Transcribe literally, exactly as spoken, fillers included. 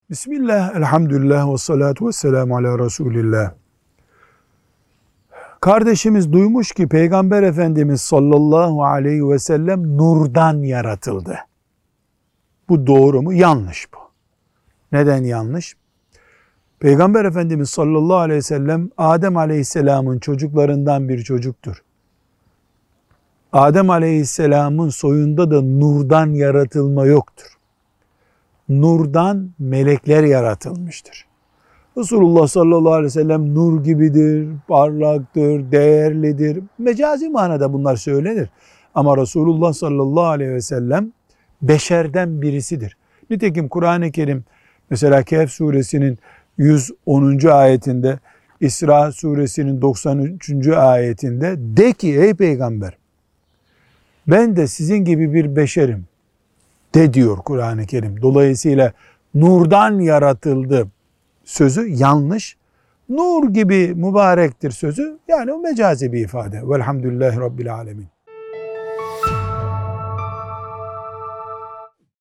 Bismillah, elhamdülillah ve salatu ve selamu ala Resulillah. Kardeşimiz duymuş ki Peygamber Efendimiz sallallahu aleyhi ve sellem nurdan yaratıldı. Bu doğru mu? Yanlış bu. Neden yanlış? Peygamber Efendimiz sallallahu aleyhi ve sellem Adem aleyhisselamın çocuklarından bir çocuktur. Adem aleyhisselamın soyunda da nurdan yaratılma yoktur. Nurdan melekler yaratılmıştır. Resulullah sallallahu aleyhi ve sellem nur gibidir, parlaktır, değerlidir. Mecazi manada bunlar söylenir. Ama Resulullah sallallahu aleyhi ve sellem beşerden birisidir. Nitekim Kur'an-ı Kerim mesela Kehf suresinin yüz onuncu ayetinde, İsra suresinin doksan üçüncü ayetinde de ki ey peygamber ben de sizin gibi bir beşerim de diyor Kur'an-ı Kerim. Dolayısıyla nurdan yaratıldı sözü yanlış. Nur gibi mübarektir sözü yani o mecazi bir ifade. Velhamdülillahi Rabbil alemin.